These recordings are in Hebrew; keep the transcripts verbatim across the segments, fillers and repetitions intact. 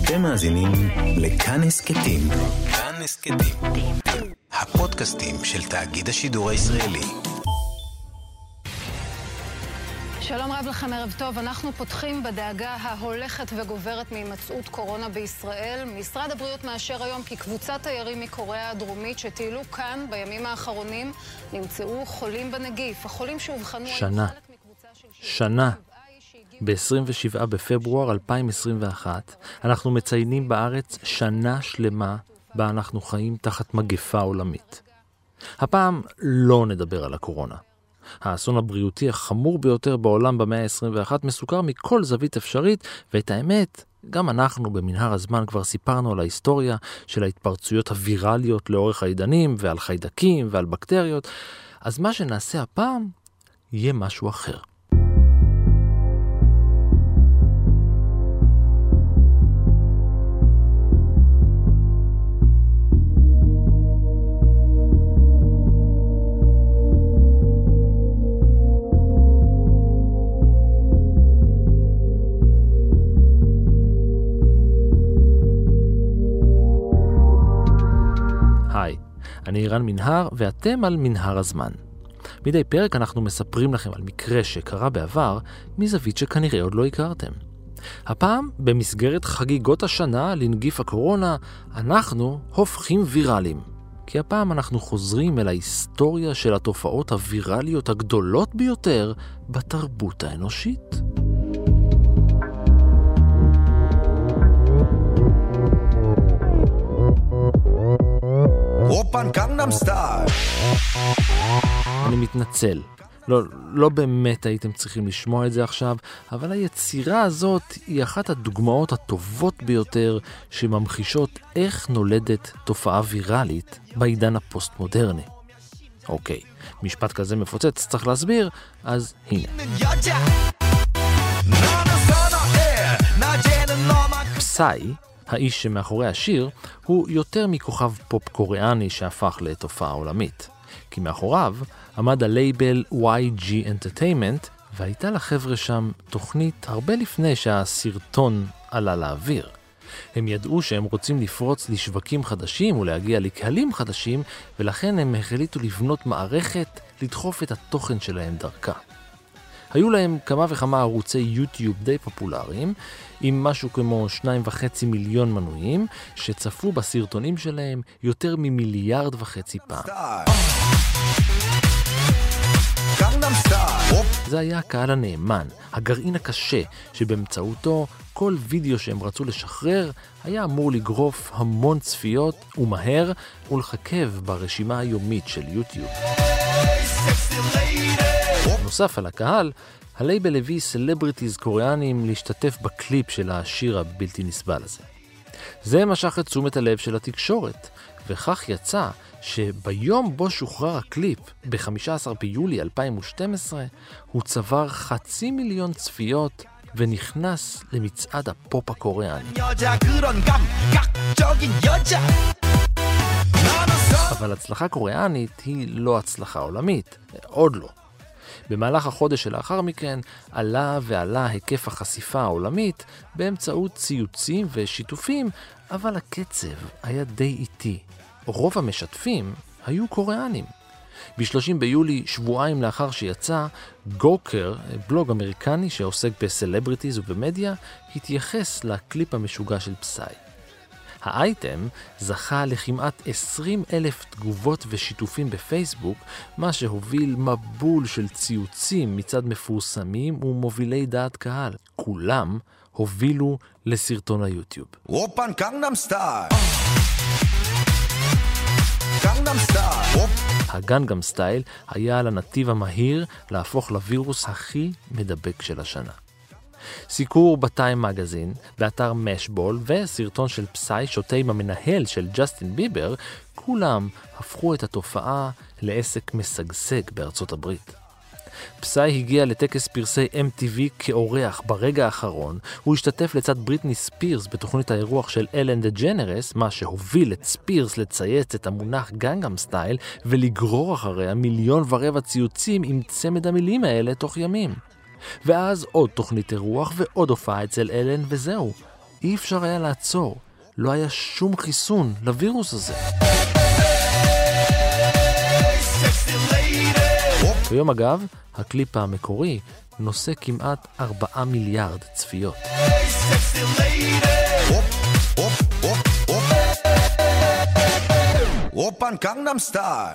אתם מאזינים לכאן הסכתים. כאן הסכתים. הפודקאסטים של תאגיד השידור הישראלי. שלום רב לכם, ערב טוב. אנחנו פותחים בדאגה ההולכת וגוברת מהימצאות קורונה בישראל. משרד הבריאות מאשר היום כי קבוצת תיירים מקוריאה הדרומית שטיילו כאן בימים האחרונים נמצאו חולים בנגיף. החולים שאובחנו שנה. שנה. ב-עשרים ושבעה בפברואר אלפיים עשרים ואחת אנחנו מציינים בארץ שנה שלמה בה אנחנו חיים תחת מגפה עולמית. הפעם לא נדבר על הקורונה. האסון הבריאותי החמור ביותר בעולם במאה ה-עשרים ואחת מסוכר מכל זווית אפשרית, ואת האמת, גם אנחנו במנהר הזמן כבר סיפרנו על ההיסטוריה של ההתפרצויות הווירליות לאורך העידנים, ועל חיידקים ועל בקטריות. אז מה שנעשה הפעם יהיה משהו אחר. היי, אני אירן מנהר ואתם על מנהר הזמן. מדי פרק אנחנו מספרים לכם על מקרה שקרה בעבר מזווית שכנראה עוד לא הכרתם. הפעם, במסגרת חגיגות השנה לנגיף הקורונה, אנחנו הופכים ויראליים. כי הפעם אנחנו חוזרים אל ההיסטוריה של התופעות הווירליות הגדולות ביותר בתרבות האנושית. אופן גנגנם סטייל. אני מתנצל. לא, לא באמת הייתם צריכים לשמוע את זה עכשיו, אבל היצירה הזאת היא אחת הדוגמאות הטובות ביותר שממחישות איך נולדת תופעה ויראלית בעידן הפוסט-מודרני. אוקיי, משפט כזה מפוצץ צריך להסביר, אז הנה. פסאי, האיש שמאחורי השיר, הוא יותר מכוכב פופ קוריאני שהפך לתופעה עולמית. כי מאחוריו עמד הלייבל וואי ג'י Entertainment, והייתה לחבר'ה שם תוכנית הרבה לפני שהסרטון עלה לאוויר. הם ידעו שהם רוצים לפרוץ לשווקים חדשים ולהגיע לקהלים חדשים, ולכן הם החליטו לבנות מערכת לדחוף את התוכן שלהם דרכה. היו להם כמה וכמה ערוצי יוטיוב די פופולריים, עם משהו כמו שניים וחצי מיליון מנויים, שצפו בסרטונים שלהם יותר ממיליארד וחצי פעם. זה היה הקהל הנאמן, הגרעין הקשה, שבאמצעותו כל וידאו שהם רצו לשחרר היה אמור לגרוף המון צפיות ומהר ולחכב ברשימה היומית של יוטיוב. נוסף על הקהל, הלייבל הביא סלבריטיז קוריאנים להשתתף בקליפ של השיר הבלתי נסבל הזה. זה משך את תשומת הלב של התקשורת, וכך יצא שביום בו שוחרר הקליפ, ב-חמישה עשר ביולי אלפיים ושתים עשרה, הוא צבר חצי מיליון צפיות ונכנס למצעד הפופ הקוריאני. אבל הצלחה קוריאנית היא לא הצלחה עולמית, עוד לא. במהלך החודש שלאחר מכן עלה ועלה היקף החשיפה העולמית באמצעות ציוצים ושיתופים, אבל הקצב היה די איטי. רוב המשתפים היו קוריאנים. ב-שלושים ביולי, שבועיים לאחר שיצא, גוקר, בלוג אמריקני שעוסק בסלבריטיז ובמדיה, התייחס לקליפ המשוגע של פסאי. האייטם זכה לכמעט עשרים אלף תגובות ושיתופים בפייסבוק, מה שהוביל מבול של ציוצים מצד מפורסמים ומובילי דעת קהל. כולם הובילו לסרטון היוטיוב. אופן גנגנם סטייל. גנגנם סטייל. הגנגנם סטייל היה על הנתיב המהיר להפוך לווירוס הכי מדבק של השנה. סיקור בטיים מגזין, באתר משבול וסרטון של פסאי שותה עם המנהל של ג'סטין ביבר, כולם הפכו את התופעה לעסק משגשג בארצות הברית. פסאי הגיע לטקס פרסי אם טי וי כאורח ברגע האחרון, הוא השתתף לצד בריטני ספירס בתוכנית האירוח של אלן דג'נרס, מה שהוביל את ספירס לצייץ את המונח גנגנם סטייל ולגרור אחריה מיליון ורבע ציוצים עם צמד המילים האלה תוך ימים. ואז עוד תוכנית אירוח ועוד הופעה אצל אלן וזהו. אי אפשר היה לעצור. לא היה שום חיסון לווירוס הזה. ביום אגב, הקליפ המקורי נושא כמעט ארבעה מיליארד צפיות. אופן קנגנם סטייל.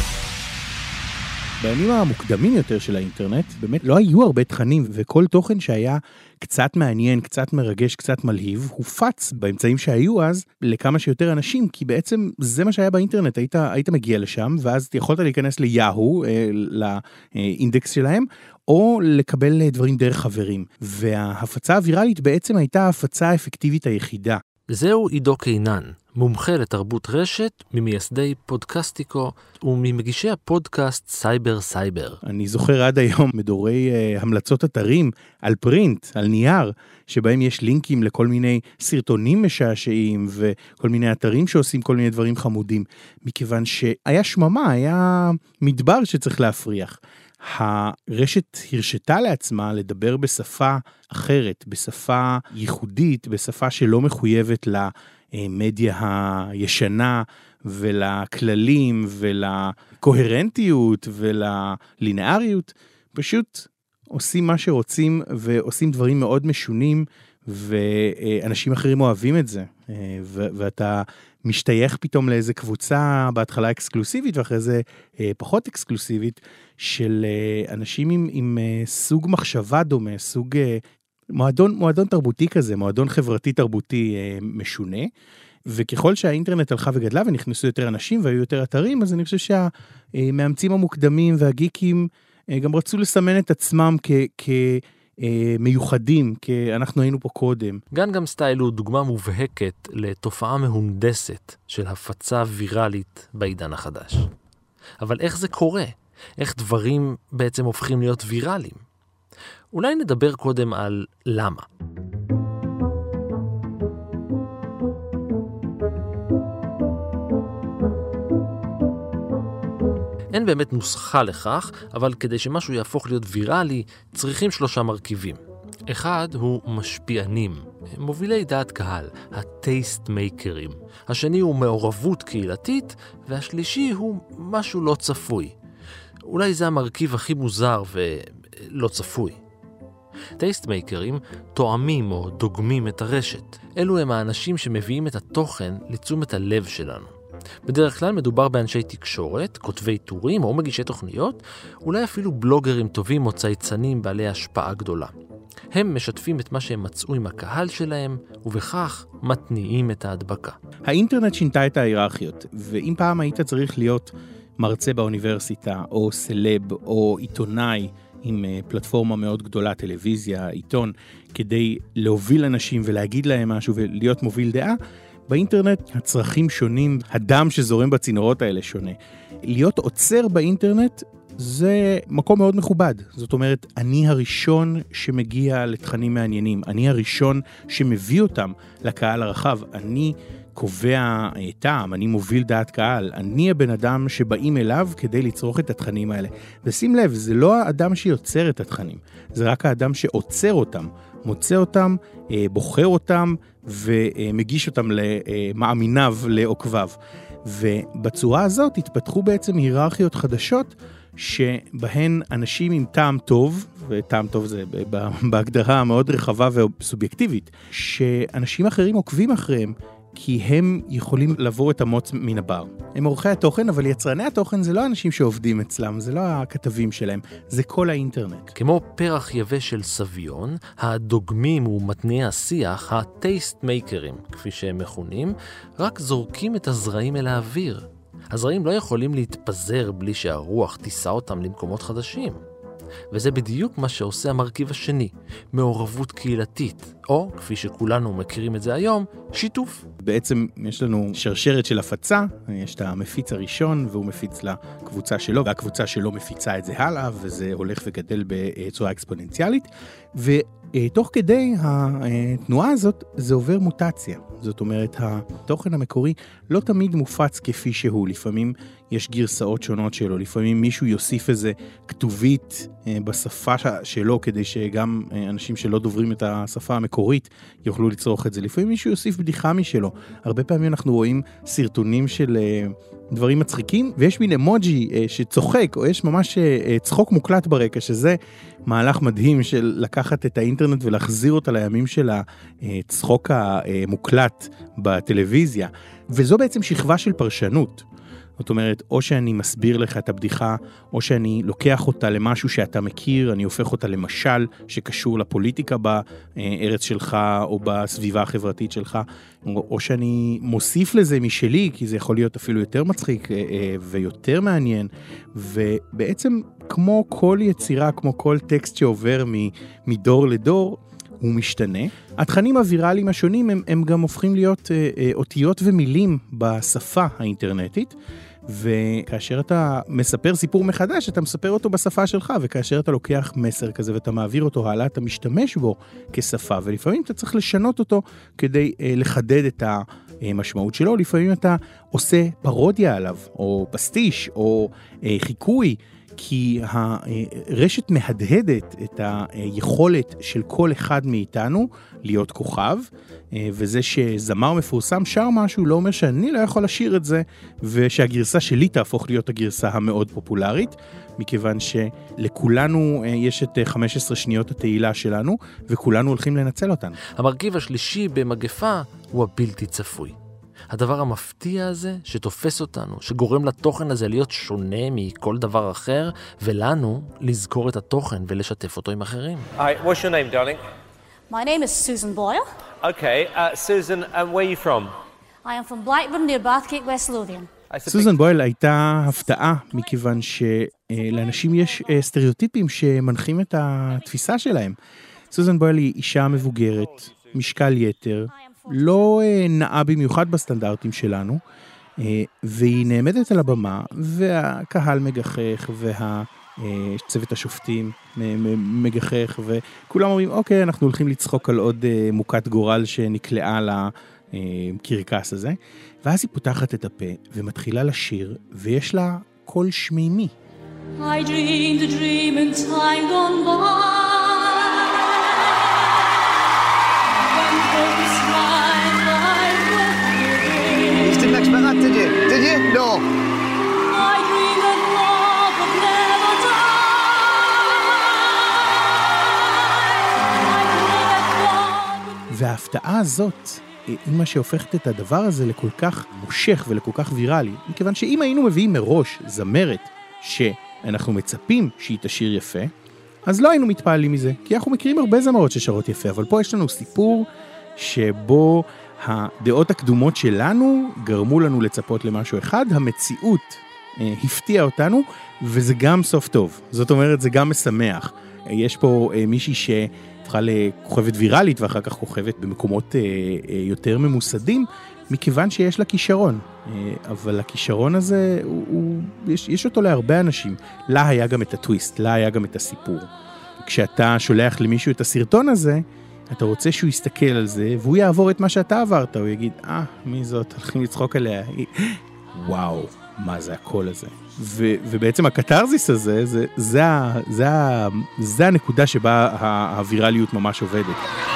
בימים המוקדמים יותר של האינטרנט, באמת לא היו הרבה תכנים, וכל תוכן שהיה קצת מעניין, קצת מרגש, קצת מלהיב, הופץ באמצעים שהיו אז לכמה שיותר אנשים, כי בעצם זה מה שהיה באינטרנט, היית, היית מגיע לשם, ואז יכולת להיכנס ליהו, אה, לאינדקס שלהם, או לקבל דברים דרך חברים. וההפצה הווירלית בעצם הייתה ההפצה האפקטיבית היחידה. זהו עידו קינן, מומחה לתרבות רשת, ממייסדי פודקסטיקו וממגישי הפודקאסט סייבר סייבר. אני זוכר עד היום מדורי uh, המלצות אתרים על פרינט, על נייר, שבהם יש לינקים לכל מיני סרטונים משעשעים וכל מיני אתרים שעושים כל מיני דברים חמודים, מכיוון שהיה שממה, היה מדבר שצריך להפריח. הרשת הרשתה לעצמה לדבר בשפה אחרת, בשפה ייחודית, בשפה שלא מחויבת למדיה הישנה ולכללים ולקוהרנטיות וללינאריות. פשוט עושים מה שרוצים ועושים דברים מאוד משונים, ואנשים אחרים אוהבים את זה. ואתה משתייך פתאום לאיזה קבוצה בהתחלה אקסקלוסיבית ואחרי זה פחות אקסקלוסיבית של אנשים עם, עם סוג מחשבה דומה, סוג מועדון, מועדון תרבותי כזה, מועדון חברתי תרבותי משונה. וככל שהאינטרנט הלכה וגדלה ונכנסו יותר אנשים והיו יותר אתרים, אז אני חושב שהמאמצים המוקדמים והגיקים גם רצו לסמן את עצמם כ... כ מיוחדים, כי אנחנו היינו פה קודם. גנגם סטייל הוא דוגמה מובהקת לתופעה מהונדסת של הפצה ויראלית בעידן החדש. אבל איך זה קורה? איך דברים בעצם הופכים להיות ויראליים? אולי נדבר קודם על למה. אין באמת נוסחה לכך, אבל כדי שמשהו יהפוך להיות ויראלי, צריכים שלושה מרכיבים. אחד הוא משפיענים, מובילי דעת קהל, הטייסט מייקרים. השני הוא מעורבות קהילתית, והשלישי הוא משהו לא צפוי. אולי זה המרכיב הכי מוזר ולא צפוי. טייסט מייקרים תואמים או דוגמים את הרשת. אלו הם האנשים שמביאים את התוכן לתשומת הלב שלנו. בדרך כלל מדובר באנשי תקשורת, כותבי טורים או מגישי תוכניות, אולי אפילו בלוגרים טובים או צייצנים בעלי השפעה גדולה. הם משתפים את מה שהם מצאו עם הקהל שלהם, ובכך מתניעים את ההדבקה. האינטרנט שינתה את ההיררכיות, ואם פעם היית צריך להיות מרצה באוניברסיטה, או סלב, או עיתונאי, עם פלטפורמה מאוד גדולה, טלוויזיה, עיתון, כדי להוביל אנשים ולהגיד להם משהו ולהיות מוביל דעה, באינטרנט הצרכים שונים, הדם שזורם בצינורות האלה שונה. להיות עוצר באינטרנט זה מקום מאוד מכובד. זאת אומרת, אני הראשון שמגיע לתכנים מעניינים, אני הראשון שמביא אותם לקהל הרחב, אני קובע טעם, אני מוביל דעת קהל, אני הבן אדם שבאים אליו כדי לצרוך את התכנים האלה. ושים לב, זה לא האדם שיוצר את התכנים, זה רק האדם שעוצר אותם, מוצא אותם, בוחר אותם ומגיש אותם למאמיניו, לעוקביו. ובצורה הזאת התפתחו בעצם היררכיות חדשות שבהן אנשים עם טעם טוב, וטעם טוב זה בהגדרה מאוד רחבה וסובייקטיבית, שאנשים אחרים עוקבים אחריהם, כי הם יכולים לעבור את המוץ מן הבר. הם עורכי התוכן, אבל יצרני התוכן זה לא אנשים שעובדים אצלם, זה לא הכתבים שלהם, זה כל האינטרנט. כמו פרח יבש של סביון, הדוגמים ומתניעי השיח, הטייסט מייקרים, כפי שהם מכונים, רק זורקים את הזרעים אל האוויר. הזרעים לא יכולים להתפזר בלי שהרוח תישא אותם למקומות חדשים. וזה בדיוק מה שעושה המרכיב השני, מעורבות קהילתית, או, כפי שכולנו מכירים את זה היום, שיתוף. בעצם יש לנו שרשרת של הפצה, יש את המפיץ הראשון, והוא מפיץ לקבוצה שלו, והקבוצה שלו מפיצה את זה הלאה, וזה הולך וגדל בצורה אקספוננציאלית, תוך כדי התנועה הזאת, זה עובר מוטציה. זאת אומרת, התוכן המקורי לא תמיד מופץ כפי שהוא. לפעמים יש גרסאות שונות שלו. לפעמים מישהו יוסיף איזה כתובית בשפה שלו, כדי שגם אנשים שלא דוברים את השפה המקורית יוכלו לצרוך את זה. לפעמים מישהו יוסיף בדיחה משלו. הרבה פעמים אנחנו רואים סרטונים של דברים מצחיקים, ויש מין אמוג'י שצוחק, או יש ממש צחוק מוקלט ברקע, שזה מהלך מדהים של לקחת את האינטרנט ולהחזיר אותה לימים של הצחוק המוקלט בטלוויזיה. וזו בעצם שכבה של פרשנות. זאת אומרת, או שאני מסביר לך את הבדיחה, או שאני לוקח אותה למשהו שאתה מכיר, אני הופך אותה למשל שקשור לפוליטיקה בארץ שלך, או בסביבה החברתית שלך, או שאני מוסיף לזה משלי, כי זה יכול להיות אפילו יותר מצחיק ויותר מעניין, ובעצם כמו כל יצירה, כמו כל טקסט שעובר מדור לדור, הוא משתנה. התכנים הוויראליים השונים הם, הם גם הופכים להיות אה, אה, אותיות ומילים בשפה האינטרנטית, וכאשר אתה מספר סיפור מחדש, אתה מספר אותו בשפה שלך, וכאשר אתה לוקח מסר כזה ואתה מעביר אותו הלאה, אתה משתמש בו כשפה, ולפעמים אתה צריך לשנות אותו כדי אה, לחדד את המשמעות שלו, לפעמים אתה עושה פרודיה עליו, או פסטיש, או אה, חיקוי, כי הרשת מהדהדת את היכולת של כל אחד מאיתנו להיות כוכב, וזה שזמר מפורסם שר משהו לא אומר שאני לא יכול לשיר את זה, ושהגרסה שלי תהפוך להיות הגרסה המאוד פופולרית, מכיוון שלכולנו יש את חמש עשרה שניות התהילה שלנו, וכולנו הולכים לנצל אותן. המרכיב השלישי במגפה הוא הבלתי צפוי. הדבר המפתיע הזה שתופס אותנו, שגורם לתוכן הזה להיות שונה מכל דבר אחר, ולנו לזכור את התוכן ולשתף אותו עם אחרים. Hi, what's your name, darling? My name is Susan Boyle. Okay, uh, Susan, and where are you from? I am from Blackburn near Bathgate, West Lothian. סוזן בויל הייתה הפתעה, מכיוון שלאנשים יש סטריאוטיפים שמנחים את התפיסה שלהם. סוזן בויל היא אישה מבוגרת, משקל יתר, לא נאה במיוחד בסטנדרטים שלנו, והיא נעמדת על הבמה, והקהל מגחך, והצוות השופטים מגחך, וכולם אומרים, אוקיי, אנחנו הולכים לצחוק על עוד מוכת גורל שנקלעה לקרקס הזה, ואז היא פותחת את הפה, ומתחילה לשיר, ויש לה קול שמימי. I dreamed a dream in time gone by. Did you? Did you? No. I dream of love would never die. וההפתעה הזאת, היא מה שהופכת את הדבר הזה לכל כך מושך ולכל כך ויראלי, מכיוון שאם היינו מביאים מראש זמרת שאנחנו מצפים שהיא תשיר יפה, אז לא היינו מתפעלים מזה, כי אנחנו מכירים הרבה זמרות ששרות יפה, אבל פה יש לנו סיפור שבו הדעות הקדומות שלנו גרמו לנו לצפות למשהו אחד, המציאות אה, הפתיעה אותנו, וזה גם סוף טוב. זאת אומרת, זה גם משמח. יש פה אה, מישהי שהפכה לכוכבת ויראלית, ואחר כך כוכבת במקומות אה, אה, יותר ממוסדים, מכיוון שיש לה כישרון. אה, אבל הכישרון הזה, הוא, הוא, יש, יש אותו להרבה אנשים. לה היה גם את הטוויסט, לה היה גם את הסיפור. כשאתה שולח למישהו את הסרטון הזה, אתה רוצה שהוא יסתכל על זה, והוא יעבור את מה שאתה עברת, הוא יגיד, אה, מי זאת? הולכים לצחוק עליה. וואו, מה זה הקול הזה? ו- ובעצם הקטרזיס הזה, זה, זה, זה, זה, זה הנקודה שבה הווירליות ממש עובדת.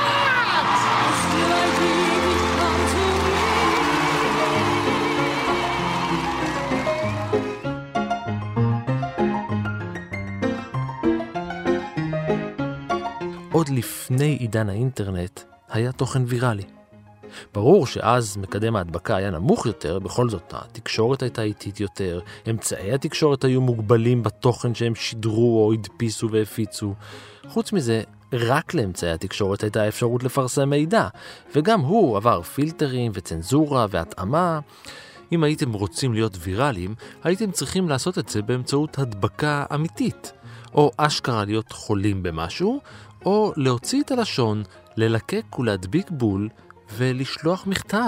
עוד לפני עידן האינטרנט היה תוכן ויראלי. ברור שאז מקדם ההדבקה היה נמוך יותר, בכל זאת התקשורת הייתה איטית יותר, אמצעי התקשורת היו מוגבלים בתוכן שהם שידרו או הדפיסו והפיצו. חוץ מזה, רק לאמצעי התקשורת הייתה אפשרות לפרסם מידע, וגם הוא עבר פילטרים וצנזורה והתאמה. אם הייתם רוצים להיות ויראליים, הייתם צריכים לעשות את זה באמצעות הדבקה אמיתית, או אשכרה להיות חולים במשהו, או להוציא את הלשון, ללקק ולהדביק בול ולשלוח מכתב.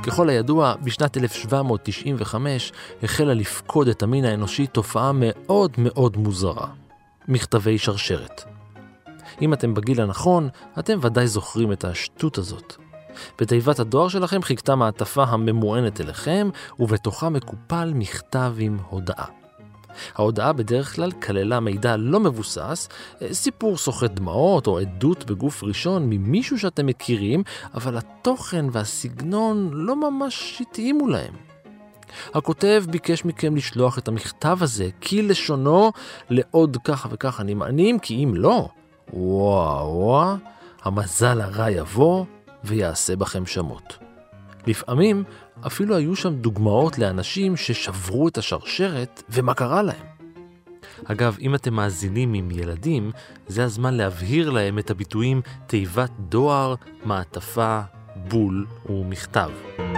ככל הידוע, בשנת אלף שבע מאות תשעים וחמש החלה לפקוד את המין האנושי תופעה מאוד מאוד מוזרה. מכתבי שרשרת. אם אתם בגיל הנכון, אתם ודאי זוכרים את השטות הזאת. בתיבת הדואר שלכם חיכתה מעטפה הממוענת אליכם, ובתוכה מקופל מכתב עם הודעה. ההודעה בדרך כלל כללה מידע לא מבוסס, סיפור סוחט דמעות או עדות בגוף ראשון ממישהו שאתם מכירים, אבל התוכן והסגנון לא ממש התאימו להם. הכותב ביקש מכם לשלוח את המכתב הזה, כי לשונו לעוד ככה וככה נמענים, כי אם לא, וואו וואו, המזל הרע יבוא ויעשה בכם שמות. לפעמים אפילו היו שם דוגמאות לאנשים ששברו את השרשרת ומה קרה להם. אגב, אם אתם מאזינים עם ילדים, זה הזמן להבהיר להם את הביטויים תיבת דואר, מעטפה, בול ומכתב.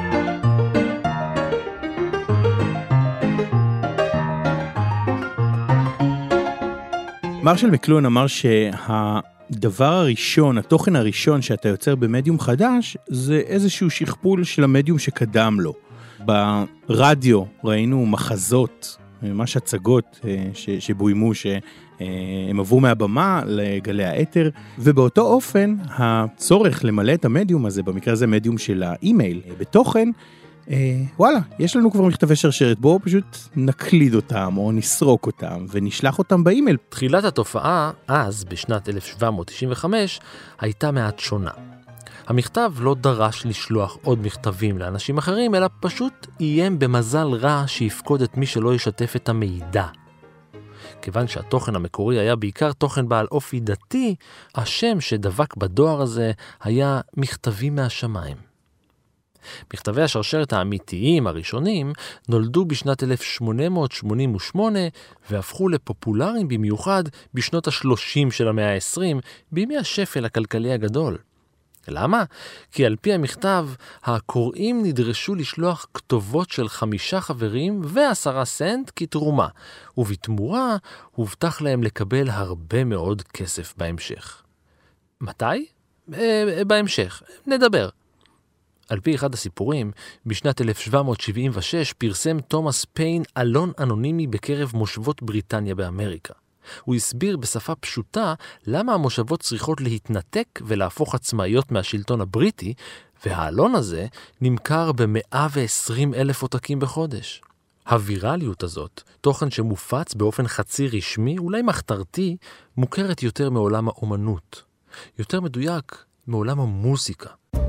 מרשל מקלוהן אמר שהדבר הראשון, התוכן הראשון שאתה יוצר במדיום חדש, זה איזשהו שכפול של המדיום שקדם לו. ברדיו ראינו מחזות, ממש הצגות ש, שבוימו שהם עברו מהבמה לגלי האתר, ובאותו אופן הצורך למלא את המדיום הזה, במקרה הזה מדיום של האימייל, בתוכן, אה, וואלה, יש לנו כבר מכתבי שרשרת, בואו פשוט נקליד אותם או נסרוק אותם ונשלח אותם באימייל. תחילת התופעה, אז בשנת אלף שבע מאות תשעים וחמש, הייתה מעט שונה. המכתב לא דרש לשלוח עוד מכתבים לאנשים אחרים, אלא פשוט איים במזל רע שיפקוד את מי שלא ישתף את המידע. כיוון שהתוכן המקורי היה בעיקר תוכן בעל אופי דתי, השם שדבק בדואר הזה היה מכתבים מהשמיים. מכתבי השרשרת האמיתיים הראשונים נולדו בשנת אלף שמונה מאות שמונים ושמונה והפכו לפופולריים במיוחד בשנות ה-שלושים של המאה ה-עשרים, בימי השפל הכלכלי הגדול. למה? כי על פי המכתב, הקוראים נדרשו לשלוח כתובות של חמישה חברים ועשרה סנט כתרומה, ובתמורה הובטח להם לקבל הרבה מאוד כסף בהמשך. מתי? בהמשך. נדבר. על פי אחד הסיפורים, בשנת אלף שבע מאות שבעים ושש פרסם תומאס פיין אלון אנונימי בקרב מושבות בריטניה באמריקה. הוא הסביר בשפה פשוטה למה המושבות צריכות להתנתק ולהפוך עצמאיות מהשלטון הבריטי, והאלון הזה נמכר ב-מאה ועשרים אלף עותקים בחודש. הווירליות הזאת, תוכן שמופץ באופן חצי רשמי, אולי מחתרתי, מוכרת יותר מעולם האומנות. יותר מדויק, מעולם המוזיקה.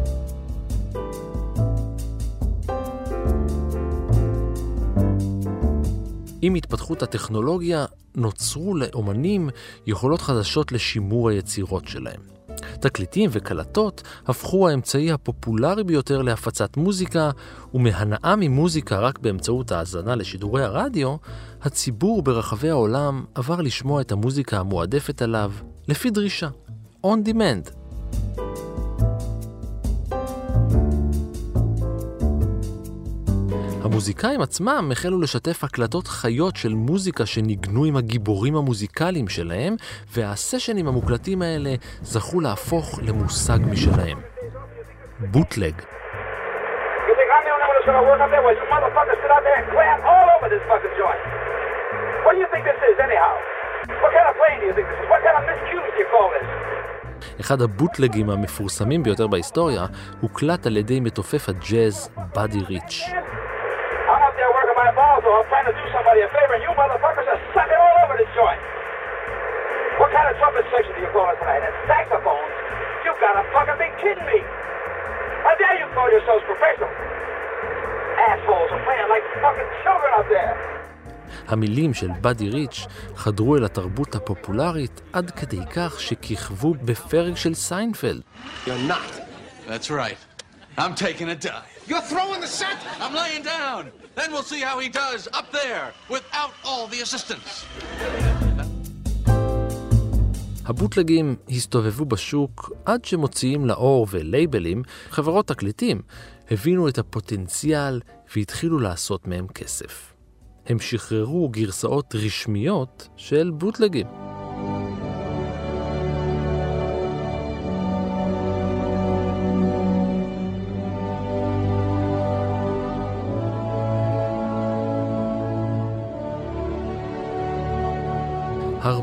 עם התפתחות הטכנולוגיה נוצרו לאומנים יכולות חדשות לשימור היצירות שלהם. תקליטים וקלטות הפכו האמצעי הפופולרי ביותר להפצת מוזיקה, ומהנאה ממוזיקה רק באמצעות האזנה לשידורי הרדיו, הציבור ברחבי העולם עבר לשמוע את המוזיקה המועדפת עליו לפי דרישה, on demand. המוזיקאים עצמם החלו לשתף הקלטות חיות של מוזיקה שניגנו עם הגיבורים המוזיקליים שלהם, והסשנים המוקלטים האלה זכו להפוך למושג משלהם. בוטלג. אחד הבוטלגים המפורסמים ביותר בהיסטוריה הוקלט על ידי מתופף הג'אז באדי ריץ'. My balls, I'm trying to do somebody a favor, and you motherfuckers are sucking all over this joint. What kind of trumpet section do you call it tonight? And saxophones? You gotta fucking be kidding me. How dare you call yourselves professional? Assholes are playing like fucking children up there. המילים של באדי ריץ' חדרו אל התרבות הפופולרית עד כדי כך שכיכבו בפרק של סיינפלד. You're not. That's right. I'm taking a dive. You're throwing the set? I'm laying down. Then we'll see how he does up there without all the assistance. הבוטלגים הסתובבו בשוק עד שמוציאים לאור ולייבלים, חברות תקליטים הבינו את הפוטנציאל והתחילו לעשות מהם כסף. הם שחררו גרסאות רשמיות של בוטלגים.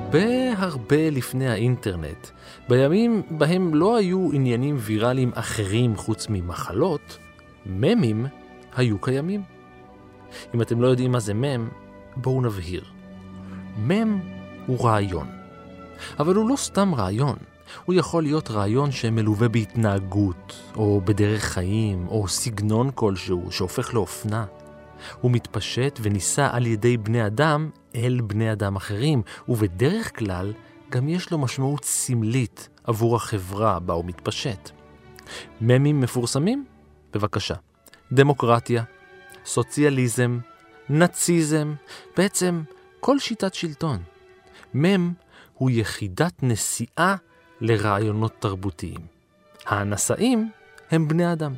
הרבה הרבה לפני האינטרנט, בימים בהם לא היו עניינים ויראליים אחרים חוץ ממחלות, ממים היו קיימים. אם אתם לא יודעים מה זה מם, בואו נבהיר. מם הוא רעיון. אבל הוא לא סתם רעיון. הוא יכול להיות רעיון שמלווה בהתנהגות, או בדרך חיים, או סגנון כלשהו שהופך לאופנה. הוא מתפשט וניסה על ידי בני אדם אל בני אדם אחרים, ובדרך כלל גם יש לו משמעות סמלית עבור החברה בה הוא מתפשט. ממים מפורסמים? בבקשה. דמוקרטיה, סוציאליזם, נאציזם, בעצם כל שיטת שלטון. מם הוא יחידת נשיאה לרעיונות תרבותיים. הנשאים הם בני אדם.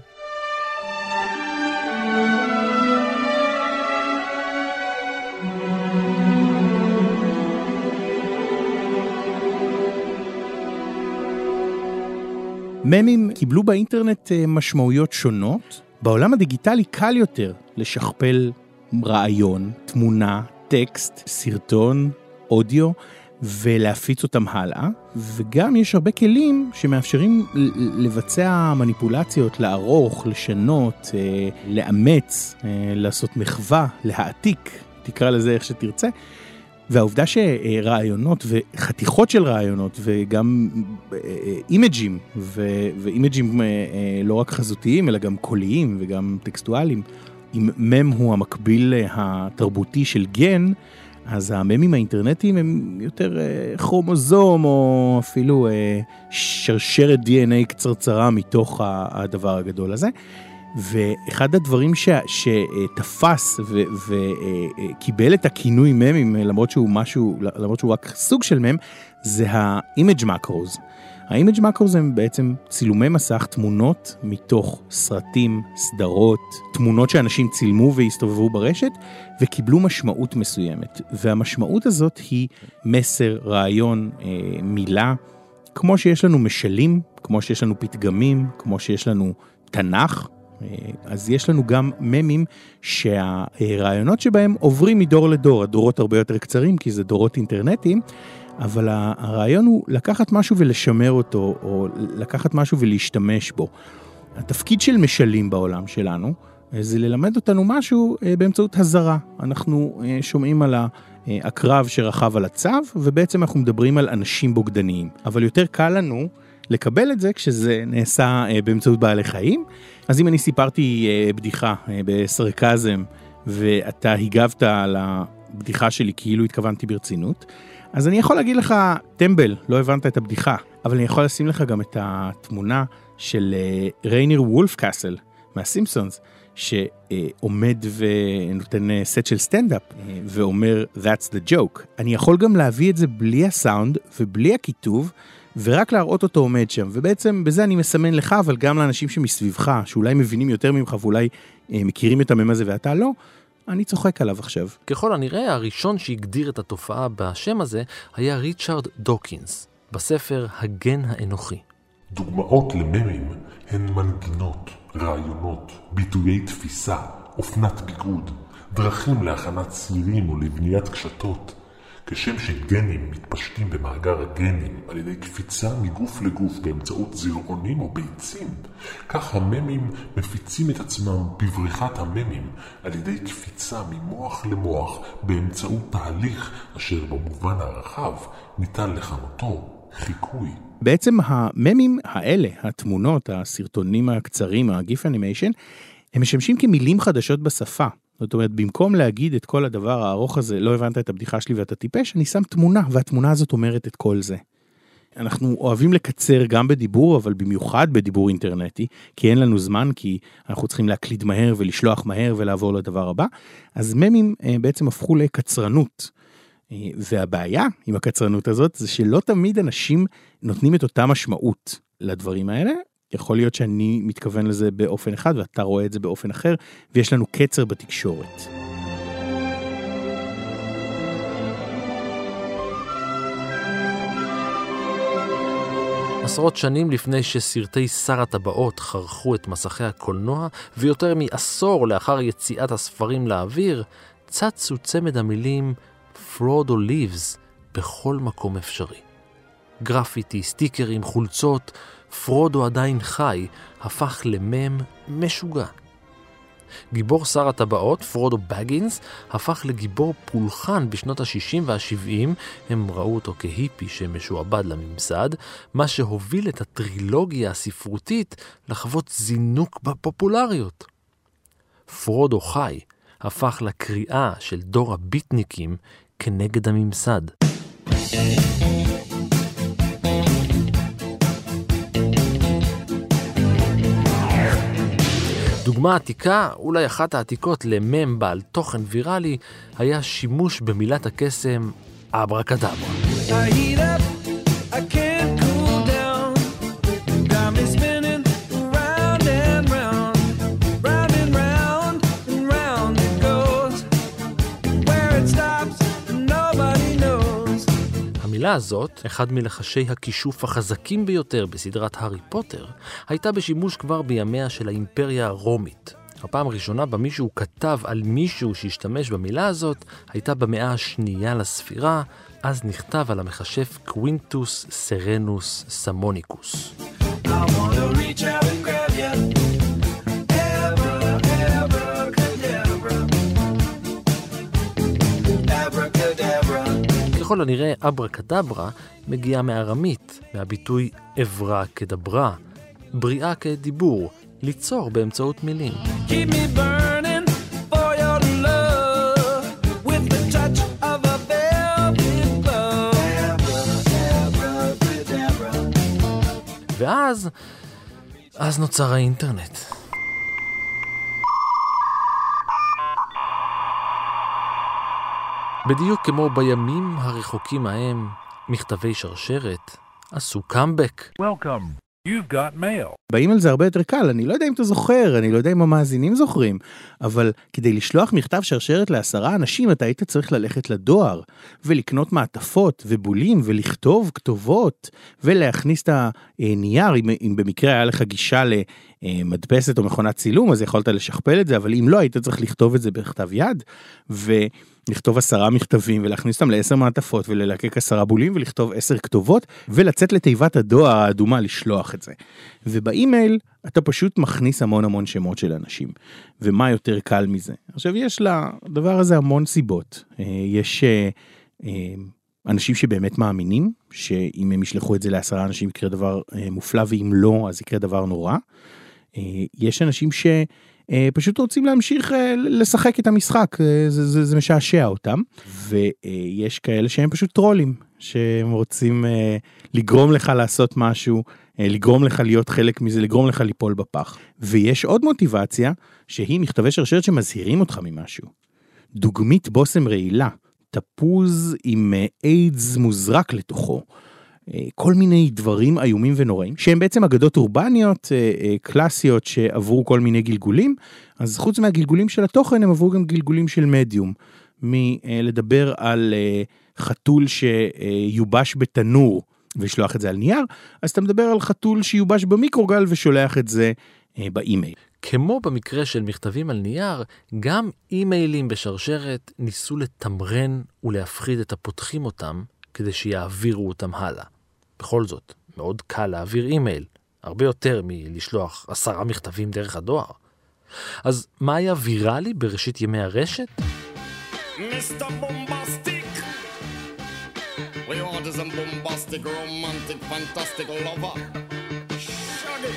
ממים קיבלו באינטרנט משמעויות שונות. בעולם הדיגיטלי קל יותר לשכפל רעיון, תמונה, טקסט, סרטון, אודיו, ולהפיץ אותם הלאה. וגם יש הרבה כלים שמאפשרים לבצע מניפולציות, לערוך, לשנות, לאמץ, לעשות מחווה, להעתיק, תקרא לזה איך שתרצה. והעובדה שרעיונות וחתיכות של רעיונות וגם אימג'ים, ואימג'ים לא רק חזותיים אלא גם קוליים וגם טקסטואליים, אם מם הוא המקביל התרבותי של גן, אז הממים האינטרנטיים הם יותר כרומוזום או אפילו שרשרת די אן איי קצרצרה מתוך הדבר הגדול הזה. ואחד הדברים ש, שתפס ו, וקיבל את הכינוי ממים, למרות שהוא משהו, למרות שהוא רק סוג של מם, זה ה-image macros. ה-image macros הם בעצם צילומי מסך, תמונות מתוך סרטים, סדרות, תמונות שאנשים צילמו והסתובבו ברשת, וקיבלו משמעות מסוימת. והמשמעות הזאת היא מסר, רעיון, מילה, כמו שיש לנו משלים, כמו שיש לנו פתגמים, כמו שיש לנו תנ"ך, אז יש לנו גם ממים שהרעיונות שבהם עוברים מדור לדור, הדורות הרבה יותר קצרים כי זה דורות אינטרנטיים, אבל הרעיון הוא לקחת משהו ולשמר אותו, או לקחת משהו ולהשתמש בו. התפקיד של משלים בעולם שלנו זה ללמד אותנו משהו באמצעות הזרה. אנחנו שומעים על הקרב שרחב על הצו, ובעצם אנחנו מדברים על אנשים בוגדניים. אבל יותר קל לנו לקבל את זה כשזה נעשה באמצעות בעלי חיים. אז אם אני סיפרתי בדיחה בסרקזם, ואתה הגבת על הבדיחה שלי כאילו התכוונתי ברצינות, אז אני יכול להגיד לך, טמבל, לא הבנת את הבדיחה, אבל אני יכול לשים לך גם את התמונה של רייניר וולפקאסל מהסימפסונס, שעומד ונותן סט של סטנדאפ, ואומר, that's the joke. אני יכול גם להביא את זה בלי הסאונד ובלי הכיתוב, ורק להראות אותו עומד שם, ובעצם בזה אני מסמן לך, אבל גם לאנשים שמסביבך, שאולי מבינים יותר ממך, ואולי אה, מכירים את המם הזה ואתה לא, אני צוחק עליו עכשיו. ככל הנראה, הראשון שהגדיר את התופעה בשם הזה, היה ריצ'רד דוקינס, בספר הגן האנוכי. דוגמאות לממים הן מנגינות, רעיונות, ביטויי תפיסה, אופנת ביגוד, דרכים להכנת צירים או לבניית קשתות, כשם שגנים מתפשטים במאגר הגנים על ידי קפיצה מגוף לגוף באמצעות זרעונים או ביצים, כך הממים מפיצים את עצמם בבריחת הממים על ידי קפיצה ממוח למוח באמצעות תהליך אשר במובן הרחב ניתן לכנותו חיקוי. בעצם הממים האלה, התמונות, הסרטונים הקצרים, הגיף אנימיישן, הם משמשים כמילים חדשות בשפה. זאת אומרת, במקום להגיד את כל הדבר הארוך הזה, לא הבנת את הבדיחה שלי ואתה טיפש, אני שם תמונה, והתמונה הזאת אומרת את כל זה. אנחנו אוהבים לקצר גם בדיבור, אבל במיוחד בדיבור אינטרנטי, כי אין לנו זמן, כי אנחנו צריכים להקליד מהר ולשלוח מהר ולעבור לדבר הבא. אז ממים בעצם הפכו לקצרנות. והבעיה עם הקצרנות הזאת, זה שלא תמיד אנשים נותנים את אותה משמעות לדברים האלה. יכול להיות שאני מתכוון לזה באופן אחד, ואתה רואה את זה באופן אחר, ויש לנו קצר בתקשורת. עשרות שנים לפני שסרטי שר הטבעות חרכו את מסכי הקולנוע, ויותר מעשור לאחר יציאת הספרים לאוויר, צצו צמד המילים Frodo lives בכל מקום אפשרי. גרפיטי, סטיקרים, חולצות, פרודו עדיין חי, הפך למם משוגע. גיבור שר הטבעות, פרודו בגינס, הפך לגיבור פולחן בשנות ה-שישים וה-שבעים, הם ראו אותו כהיפי שמשועבד לממסד, מה שהוביל את הטרילוגיה הספרותית לחוות זינוק בפופולריות. פרודו חי הפך לקריאה של דור הביטניקים כנגד הממסד. דוגמה עתיקה, אולי אחת העתיקות למם בעל תוכן ויראלי, היה שימוש במילת הקסם אברקדברה. המילה הזאת, אחד מלחשי הכישוף החזקים ביותר בסדרת הארי פוטר, הייתה בשימוש כבר בימיה של האימפריה הרומית. הפעם הראשונה בה מישהו כתב על מישהו שהשתמש במילה הזאת הייתה במאה השנייה לספירה, אז נכתב על המחשף קווינטוס סרנוס סמוניקוס. I wanna reach out and grab you. ככל הנראה אברקדברה מגיעה מארמית, מהביטוי אברה כדברה, בריאה כדיבור, ליצור באמצעות מילים. ואז, אז נוצר האינטרנט. בדיוק כמו בימים הרחוקים ההם, מכתבי שרשרת עשו קאמבק. Welcome. You've got mail. באים על זה הרבה יותר קל, אני לא יודע אם אתה זוכר, אני לא יודע אם המאזינים זוכרים, אבל כדי לשלוח מכתב שרשרת לעשרה אנשים, אתה היית צריך ללכת לדואר, ולקנות מעטפות ובולים, ולכתוב כתובות, ולהכניס את הנייר, אם, אם במקרה היה לך גישה למדפסת או מכונת צילום, אז יכולת לשכפל את זה, אבל אם לא, היית צריך לכתוב את זה בכתב יד, ולכתוב עשרה מכתבים, ולהכניס אותם לעשר מעטפות, וללקק עשרה בולים, ולכתוב עשר כתובות, ולצאת לתיבת הדואר האדומה לשלוח את זה. ובאימייל אתה פשוט מכניס המון המון שמות של אנשים. ומה יותר קל מזה? עכשיו יש לדבר הזה המון סיבות. יש אנשים שבאמת מאמינים, שאם הם ישלחו את זה לעשרה אנשים יקרה דבר מופלא, ואם לא, אז יקרה דבר נורא. יש אנשים שפשוט רוצים להמשיך לשחק את המשחק, זה, זה, זה משעשע אותם. ויש כאלה שהם פשוט טרולים, שהם רוצים לגרום לך לעשות משהו, לגרום לך להיות חלק מזה, לגרום לך ליפול בפח. ויש עוד מוטיבציה, שהיא מכתבי שרשרת שמזהירים אותך ממשהו. דוגמית בוסם רעילה, תפוז עם איידס מוזרק לתוכו, כל מיני דברים איומים ונוראים, שהם בעצם אגדות אורבניות, קלאסיות שעברו כל מיני גלגולים, אז חוץ מהגלגולים של התוכן, הם עברו גם גלגולים של מדיום, מלדבר על חתול שיובש בתנור, ושלוח את זה על נייר, אז אתה מדבר על חתול שיובש במיקרוגל ושולח את זה אה, באימייל. כמו במקרה של מכתבים על נייר, גם אימיילים בשרשרת ניסו לתמרן ולהפחיד את הפותחים אותם, כדי שיעבירו אותם הלאה. בכל זאת, מאוד קל להעביר אימייל, הרבה יותר מלשלוח עשרה מכתבים דרך הדואר. אז מה היה ויראלי בראשית ימי הרשת? מיסטר בומבסטיק! We want is a bombastic, romantic, fantastic lover. Shaggy.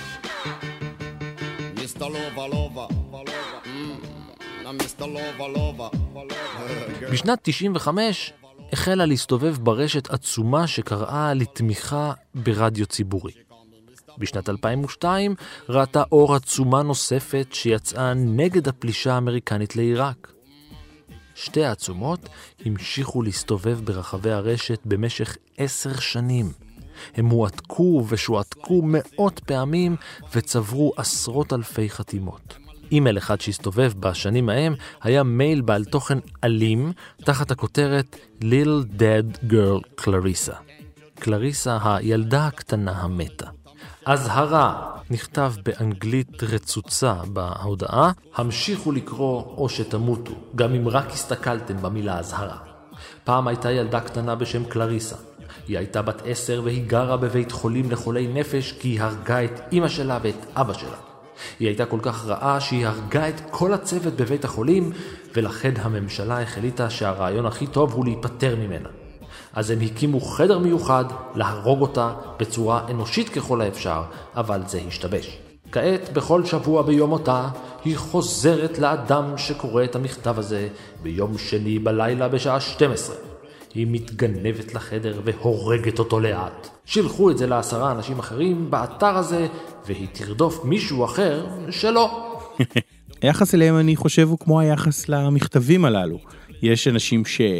Mister Lover, Lover. Mm. Mister Lover, Lover. בשנת תשעים וחמש החלה להסתובב ברשת עצומה שקראה לתמיכה ברדיו ציבורי. בשנת אלפיים ושתיים ראתה אור עצומה נוספת שיצאה נגד הפלישה האמריקנית לעיראק. שתי העצומות המשיכו להסתובב ברחבי הרשת במשך עשר שנים. הם הועתקו ושועתקו מאות פעמים וצברו עשרות אלפי חתימות. אימייל אחד שהסתובב בשנים ההם היה מייל בעל תוכן אלים תחת הכותרת Little Dead Girl Clarissa. קלריסה הילדה הקטנה המתה. אזהרה נכתב באנגלית רצוצה בהודעה, המשיכו לקרוא או שתמותו, גם אם רק הסתכלתם במילה אזהרה. פעם הייתה ילדה קטנה בשם קלריסה. היא הייתה בת עשר והיא גרה בבית חולים לחולי נפש כי היא הרגה את אמא שלה ואת אבא שלה. היא הייתה כל כך רעה שהיא הרגה את כל הצוות בבית החולים, ולכן הממשלה החליטה שהרעיון הכי טוב הוא להיפטר ממנה. אז הם הקימו חדר מיוחד להרוג אותה בצורה אנושית ככל האפשר, אבל זה השתבש. כעת בכל שבוע ביום אותה היא חוזרת לאדם שקורא את המכתב הזה ביום שני בלילה בשעה שתים עשרה. היא מתגנבת לחדר והורגת אותו לאט. שילחו את זה לעשרה אנשים אחרים באתר הזה, והיא תרדוף מישהו אחר שלא. היחס אליהם אני חושב הוא כמו היחס למכתבים הללו. יש אנשים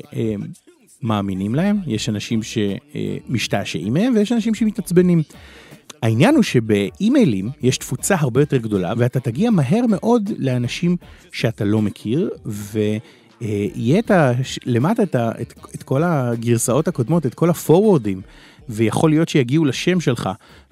שמאמינים להם, יש אנשים שמשתעשעים מהם, ויש אנשים שמתעצבנים. העניין הוא שבאימיילים יש תפוצה הרבה יותר גדולה, ואתה תגיע מהר מאוד לאנשים שאתה לא מכיר, ויהיה את ה... למטה את, ה... את... את כל הגרסאות הקודמות, את כל הפורורדים, ויכול להיות שיגיעו לשם שלך,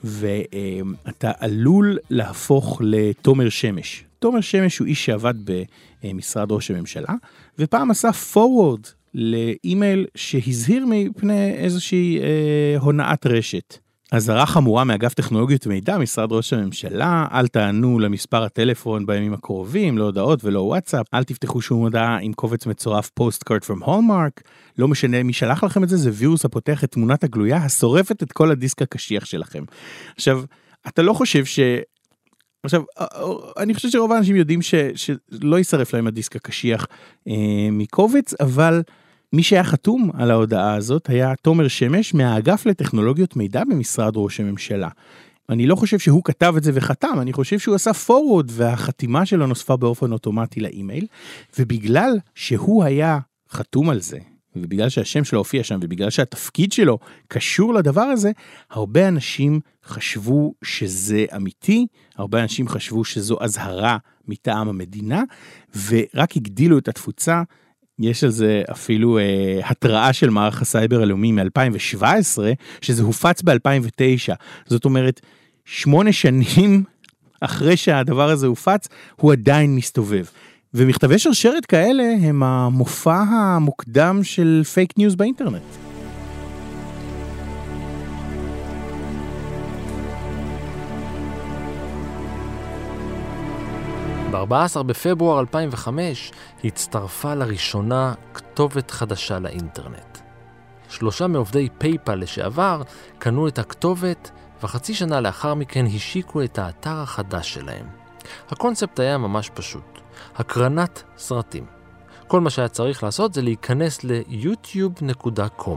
ואתה עלול להפוך לתומר שמש. תומר שמש הוא איש שעבד במשרד ראש הממשלה, ופעם עשה פורוורד לאימייל שהזהיר מפני איזושהי אה, הונאת רשת. אזהרה חמורה מאגף טכנולוגיות ומידע, משרד ראש הממשלה, אל תענו למספר הטלפון בימים הקרובים, לא הודעות ולא וואטסאפ, אל תפתחו שום הודעה עם קובץ מצורף פוסט-קארד from Hallmark, לא משנה מי שלח לכם את זה, זה וירוס הפותח את תמונת הגלויה, השורפת את כל הדיסק הקשיח שלכם. עכשיו, אתה לא חושב ש... עכשיו, אני חושב שרוב האנשים יודעים ש... שלא יישרף להם הדיסק הקשיח אה, מקובץ, אבל... מי שהיה חתום על ההודעה הזאת היה תומר שמש מהאגף לטכנולוגיות מידע במשרד ראש הממשלה. אני לא חושב שהוא כתב את זה וחתם, אני חושב שהוא עשה פורוורד והחתימה שלו נוספה באופן אוטומטי לאימייל, ובגלל שהוא היה חתום על זה, ובגלל שהשם שלו הופיע שם, ובגלל שהתפקיד שלו קשור לדבר הזה, הרבה אנשים חשבו שזה אמיתי, הרבה אנשים חשבו שזו הזהרה מטעם המדינה, ורק הגדילו את התפוצה. יש על זה אפילו אה, התראה של מערך הסייבר הלאומי מ-אלפיים שבע עשרה, שזה הופץ ב-אלפיים ותשע. זאת אומרת, שמונה שנים אחרי שהדבר הזה הופץ, הוא עדיין מסתובב. ומכתבי שרשרת כאלה הם המופע המוקדם של פייק ניוז באינטרנט. ב-ארבעה עשר בפברואר אלפיים וחמש הצטרפה לראשונה כתובת חדשה לאינטרנט. שלושה מעובדי פייפל לשעבר קנו את הכתובת, וחצי שנה לאחר מכן השיקו את האתר החדש שלהם. הקונספט היה ממש פשוט, הקרנת סרטים. כל מה שהיה צריך לעשות זה להיכנס ל-יוטיוב נקודה קום.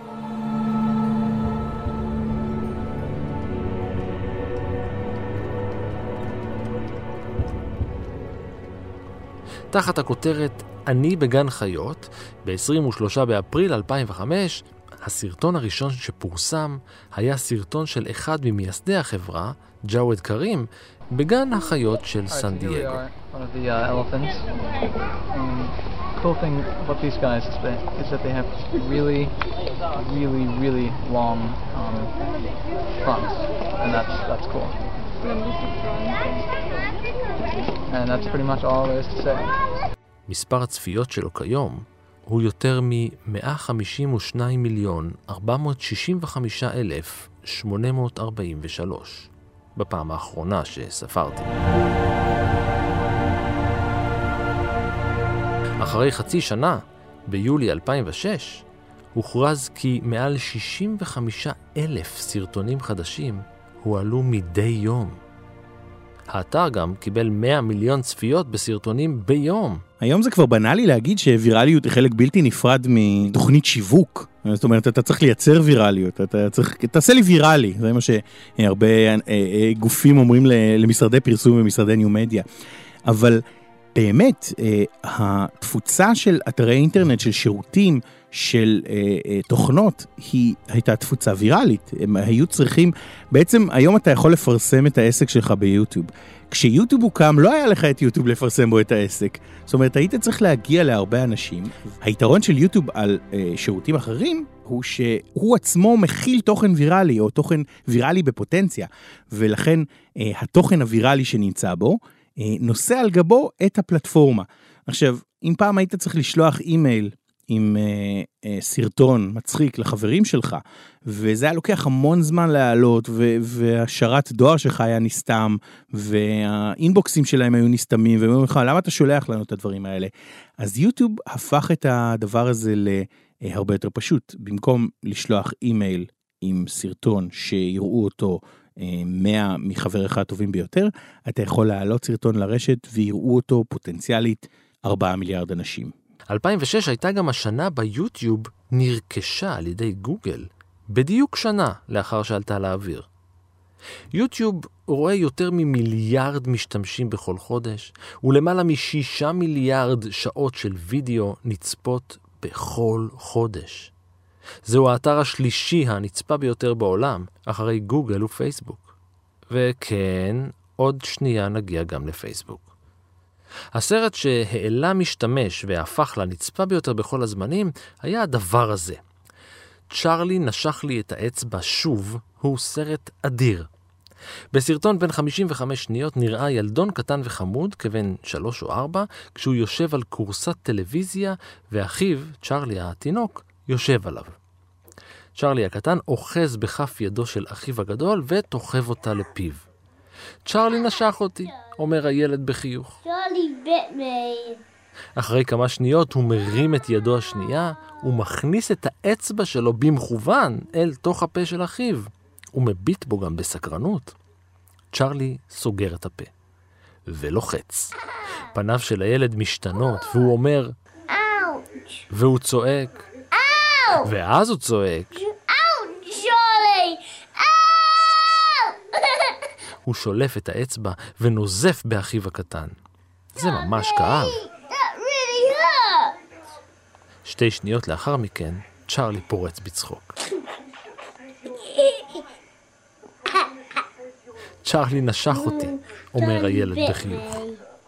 תחת הכותרת אני בגן חיות, ב-עשרים ושלושה באפריל אלפיים וחמש, הסרטון הראשון שפורסם היה סרטון של אחד ממייסדי החברה, ג'אווד קרים, בגן החיות של סן דייגו. Cool thing about these guys is that, is that they have really, really, really long um, fronts, and that's that's cool. And that's pretty much all there is to say. מספר הצפיות שלו כיום הוא יותר מ-מאה חמישים ושניים מיליון ארבע מאות שישים וחמישה אלף שמונה מאות ארבעים ושלוש בפעם האחרונה שספרתי. אחרי חצי שנה, ביולי אלפיים ושש, הוכרז כי מעל שישים וחמישה אלף סרטונים חדשים הועלו מדי יום. האתר גם קיבל מאה מיליון צפיות בסרטונים ביום. היום זה כבר בנאלי להגיד שווירליות היא חלק בלתי נפרד מתוכנית שיווק. זאת אומרת, אתה צריך לייצר וירליות, אתה צריך, תעשה לי וירלי. זה מה שהרבה גופים אומרים למשרדי פרסום ומשרדי ניו מדיה. אבל באמת, התפוצה של אתרי אינטרנט, של שירותים, של תוכנות, היא הייתה תפוצה ויראלית. הם היו צריכים, בעצם היום אתה יכול לפרסם את העסק שלך ביוטיוב. כשיוטיוב הוקם, לא היה לך את יוטיוב לפרסם בו את העסק. זאת אומרת, היית צריך להגיע להרבה אנשים. היתרון של יוטיוב על שירותים אחרים, הוא שהוא עצמו מכיל תוכן ויראלי, או תוכן ויראלי בפוטנציה. ולכן, התוכן הוויראלי שנמצא בו, נושא על גבו את הפלטפורמה. עכשיו, אם פעם היית צריך לשלוח אימייל עם אה, אה, סרטון מצחיק לחברים שלך, וזה היה לוקח המון זמן להעלות, ו- והשרת דואר שלך היה נסתם, והאינבוקסים שלהם היו נסתמים, והם אומרים לך, למה אתה שולח לנו את הדברים האלה? אז יוטיוב הפך את הדבר הזה להרבה יותר פשוט, במקום לשלוח אימייל עם סרטון שיראו אותו מאה מחבריך הטובים ביותר, אתה יכול להעלות סרטון לרשת ויראו אותו פוטנציאלית ארבעה מיליארד אנשים. אלפיים ושש הייתה גם השנה ביוטיוב נרכשה על ידי גוגל, בדיוק שנה לאחר שעלתה לאוויר. יוטיוב רואה יותר ממיליארד משתמשים בכל חודש, ולמעלה משישה מיליארד שעות של וידאו נצפות בכל חודש. זהו האתר השלישי הנצפה ביותר בעולם, אחרי גוגל ופייסבוק. וכן, עוד שנייה נגיע גם לפייסבוק. הסרט שהעלה משתמש והפך לנצפה ביותר בכל הזמנים, היה הדבר הזה. צ'רלי נשך לי את האצבע שוב, הוא סרט אדיר. בסרטון בין חמישים וחמש שניות נראה ילדון קטן וחמוד, כבן שלוש או ארבע, כשהוא יושב על קורסת טלוויזיה, ואחיו, צ'רלי התינוק, יושב עליו. צ'רלי הקטן אוחז בכף ידו של אחיו הגדול ותוחב אותה לפיו. צ'רלי נשך אותי, אומר הילד בחיוך. צ'רלי bit me. אחרי כמה שניות הוא מרים את ידו השנייה, ומכניס את האצבע שלו במכוון אל תוך הפה של אחיו. הוא מביט בו גם בסקרנות. צ'רלי סוגר את הפה ולוחץ. פניו של הילד משתנות והוא אומר אאוץ'. והוא צועק. אאו! ואז הוא צועק. אאו, צ'רלי! אאו! הוא שולף את האצבע ונוזף באחיו הקטן. זה ממש כאב. That really hurt. שתי שניות לאחר מכן, צ'רלי פורץ בצחוק. צ'רלי נשך אותי, אומר הילד בחיוך.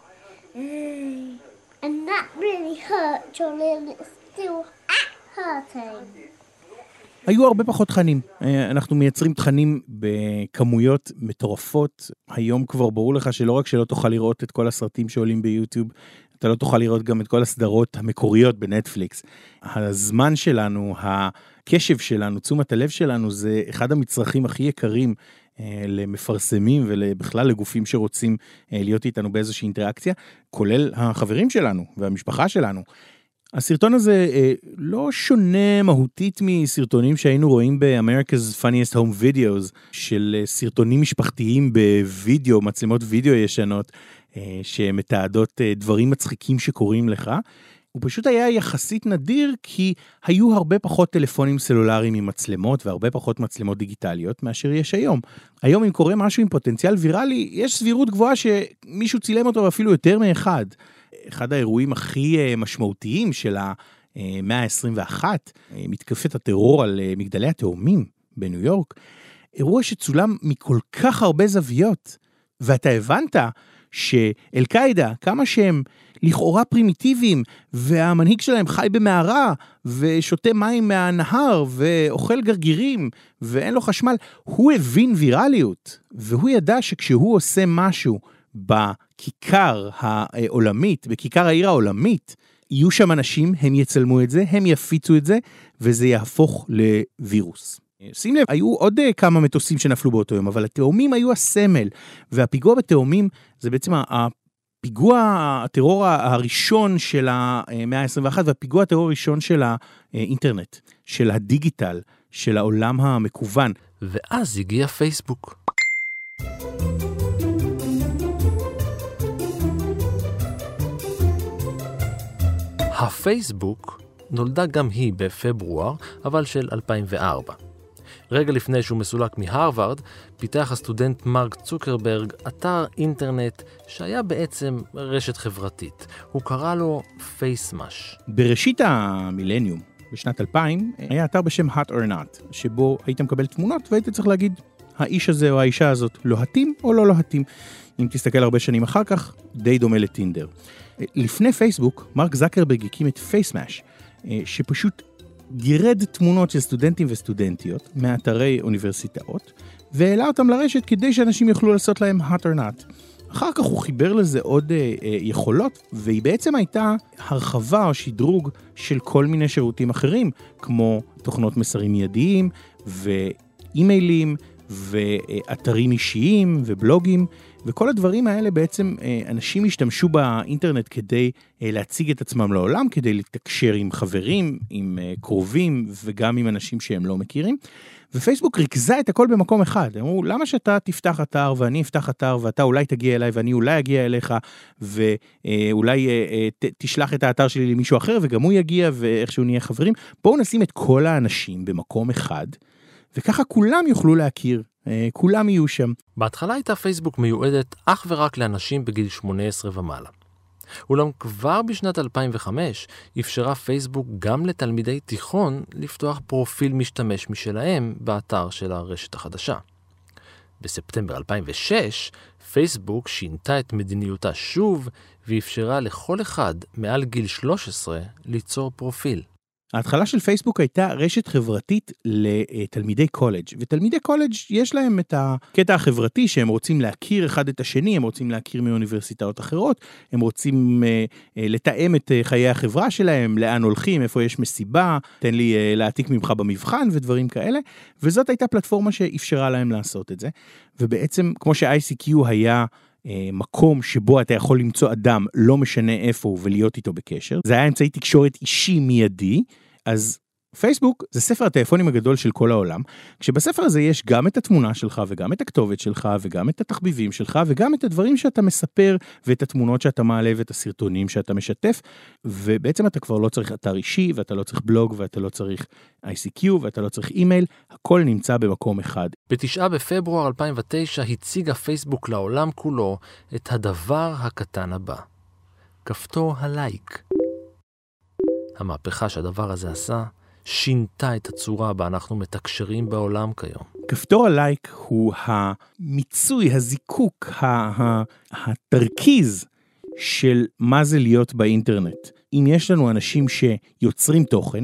And that really hurt, Charlie, and it's still hurting. היו הרבה פחות תכנים. אנחנו מייצרים תכנים בכמויות מטורפות. היום כבר ברור לך שלא רק שלא תוכל לראות את כל הסרטים שעולים ביוטיוב, אתה לא תוכל לראות גם את כל הסדרות המקוריות בנטפליקס. הזמן שלנו, הקשב שלנו, תשומת הלב שלנו, זה אחד המצרכים הכי יקרים למפרסמים ובכלל לגופים שרוצים להיות איתנו באיזושהי אינטראקציה, כולל החברים שלנו והמשפחה שלנו. הסרטון הזה לא שונה מהותית מסרטונים שהיינו רואים ב-America's Funniest Home Videos, של סרטונים משפחתיים בווידאו, מצלמות וידאו ישנות, שמתעדות דברים מצחיקים שקורים לך. הוא פשוט היה יחסית נדיר, כי היו הרבה פחות טלפונים סלולריים עם מצלמות, והרבה פחות מצלמות דיגיטליות מאשר יש היום. היום אם קורה משהו עם פוטנציאל ויראלי, יש סבירות גבוהה שמישהו צילם אותו אפילו יותר מאחד. אחד האירועים הכי משמעותיים של המאה ה-עשרים ואחת, מתקפת הטרור על מגדלי התאומים בניו יורק, אירוע שצולם מכל כך הרבה זוויות, ואתה הבנת שאל-קאידה, כמה שהם לכאורה פרימיטיביים, והמנהיג שלהם חי במערה, ושותה מים מהנהר, ואוכל גרגירים, ואין לו חשמל, הוא הבין ויראליות, והוא ידע שכשהוא עושה משהו בכיכר העולמית, בכיכר העיר העולמית, יהיו שם אנשים, הם יצלמו את זה, הם יפיצו את זה, וזה יהפוך לווירוס. שים לב, היו עוד כמה מטוסים שנפלו באותו יום, אבל התאומים היו הסמל, והפיגוע בתאומים זה בעצם הפיגוע הטרור הראשון של המאה ה-עשרים ואחת, והפיגוע הטרור הראשון של האינטרנט, של הדיגיטל, של העולם המקוון. ואז הגיע פייסבוק. הפייסבוק נולדה גם היא בפברואר, אבל של אלפיים וארבע. רגע לפני שהוא מסולק מהרווארד, פיתח הסטודנט מרק צוקרברג אתר אינטרנט שהיה בעצם רשת חברתית. הוא קרא לו פייסמאש. בראשית המילניום, בשנת אלפיים, היה אתר בשם Hot or Not, שבו היית מקבל תמונות והיית צריך להגיד, האיש הזה או האישה הזאת לוהטים או לא לוהטים. אם תסתכל הרבה שנים אחר כך, די דומה לטינדר. לפני פייסבוק, מרק זקרברג הקים את פייסמאש, שפשוט גירד תמונות של סטודנטים וסטודנטיות מאתרי אוניברסיטאות, והעלה אותם לרשת כדי שאנשים יוכלו לעשות להם hot or not. אחר כך הוא חיבר לזה עוד אה, אה, יכולות, והיא בעצם הייתה הרחבה או שדרוג של כל מיני שירותים אחרים, כמו תוכנות מסרים מיידיים, ואימיילים, ואתרים אישיים, ובלוגים, וכל הדברים האלה בעצם אה, אנשים השתמשו באינטרנט כדי אה, להציג את עצמם לעולם, כדי לתקשר עם חברים, עם אה, קרובים, וגם עם אנשים שהם לא מכירים. ופייסבוק ריכזה את הכל במקום אחד. אמרו, למה שאתה תפתח אתר ואני אפתח אתר ואתה אולי תגיע אליי ואני אולי אגיע אליך ואולי ת, תשלח את האתר שלי למישהו אחר וגם הוא יגיע ואיכשהו נהיה חברים. בואו נשים את כל האנשים במקום אחד וככה כולם יוכלו להכיר, כולם יהיו שם. בהתחלה הייתה פייסבוק מיועדת אך ורק לאנשים בגיל שמונה עשרה ומעלה. אולם כבר בשנת אלפיים וחמש אפשרה פייסבוק גם לתלמידי תיכון לפתוח פרופיל משתמש משלהם באתר של הרשת החדשה. בספטמבר אלפיים ושש פייסבוק שינתה את מדיניותה שוב ואפשרה לכל אחד מעל גיל שלוש עשרה ליצור פרופיל. ההתחלה של פייסבוק הייתה רשת חברתית לתלמידי קולג', ותלמידי קולג' יש להם את הקטע החברתי שהם רוצים להכיר אחד את השני, הם רוצים להכיר מאוניברסיטאות אחרות, הם רוצים uh, לתאם את uh, חיי החברה שלהם, לאן הולכים, איפה יש מסיבה, תן לי uh, להעתיק ממך במבחן ודברים כאלה, וזאת הייתה פלטפורמה שאפשרה להם לעשות את זה, ובעצם כמו ש-איי סי קיו היה מקום שבו אתה יכול למצוא אדם, לא משנה איפה הוא, ולהיות איתו בקשר. זה היה אמצעי תקשורת אישי מיידי, אז פייסבוק זה ספר הטלפונים הגדול של כל העולם, כשבספר הזה יש גם את התמונה שלך, וגם את הכתובת שלך, וגם את התחביבים שלך, וגם את הדברים שאתה מספר, ואת התמונות שאתה מעלה, ואת הסרטונים שאתה משתף, ובעצם אתה כבר לא צריך אתר אישי, ואתה לא צריך בלוג, ואתה לא צריך איי סי קיו, ואתה לא צריך אימייל, הכל נמצא במקום אחד. בתשעה בפברואר אלפיים ותשע הציגה פייסבוק לעולם כולו את הדבר הקטן הבא. כפתור הלייק. המהפכה שהדבר הזה עשה, שינתה את הצורה בה אנחנו מתקשרים בעולם כיום. כפתור הלייק הוא המיצוי, הזיקוק, התרכיז של מה זה להיות באינטרנט. אם יש לנו אנשים שיוצרים תוכן,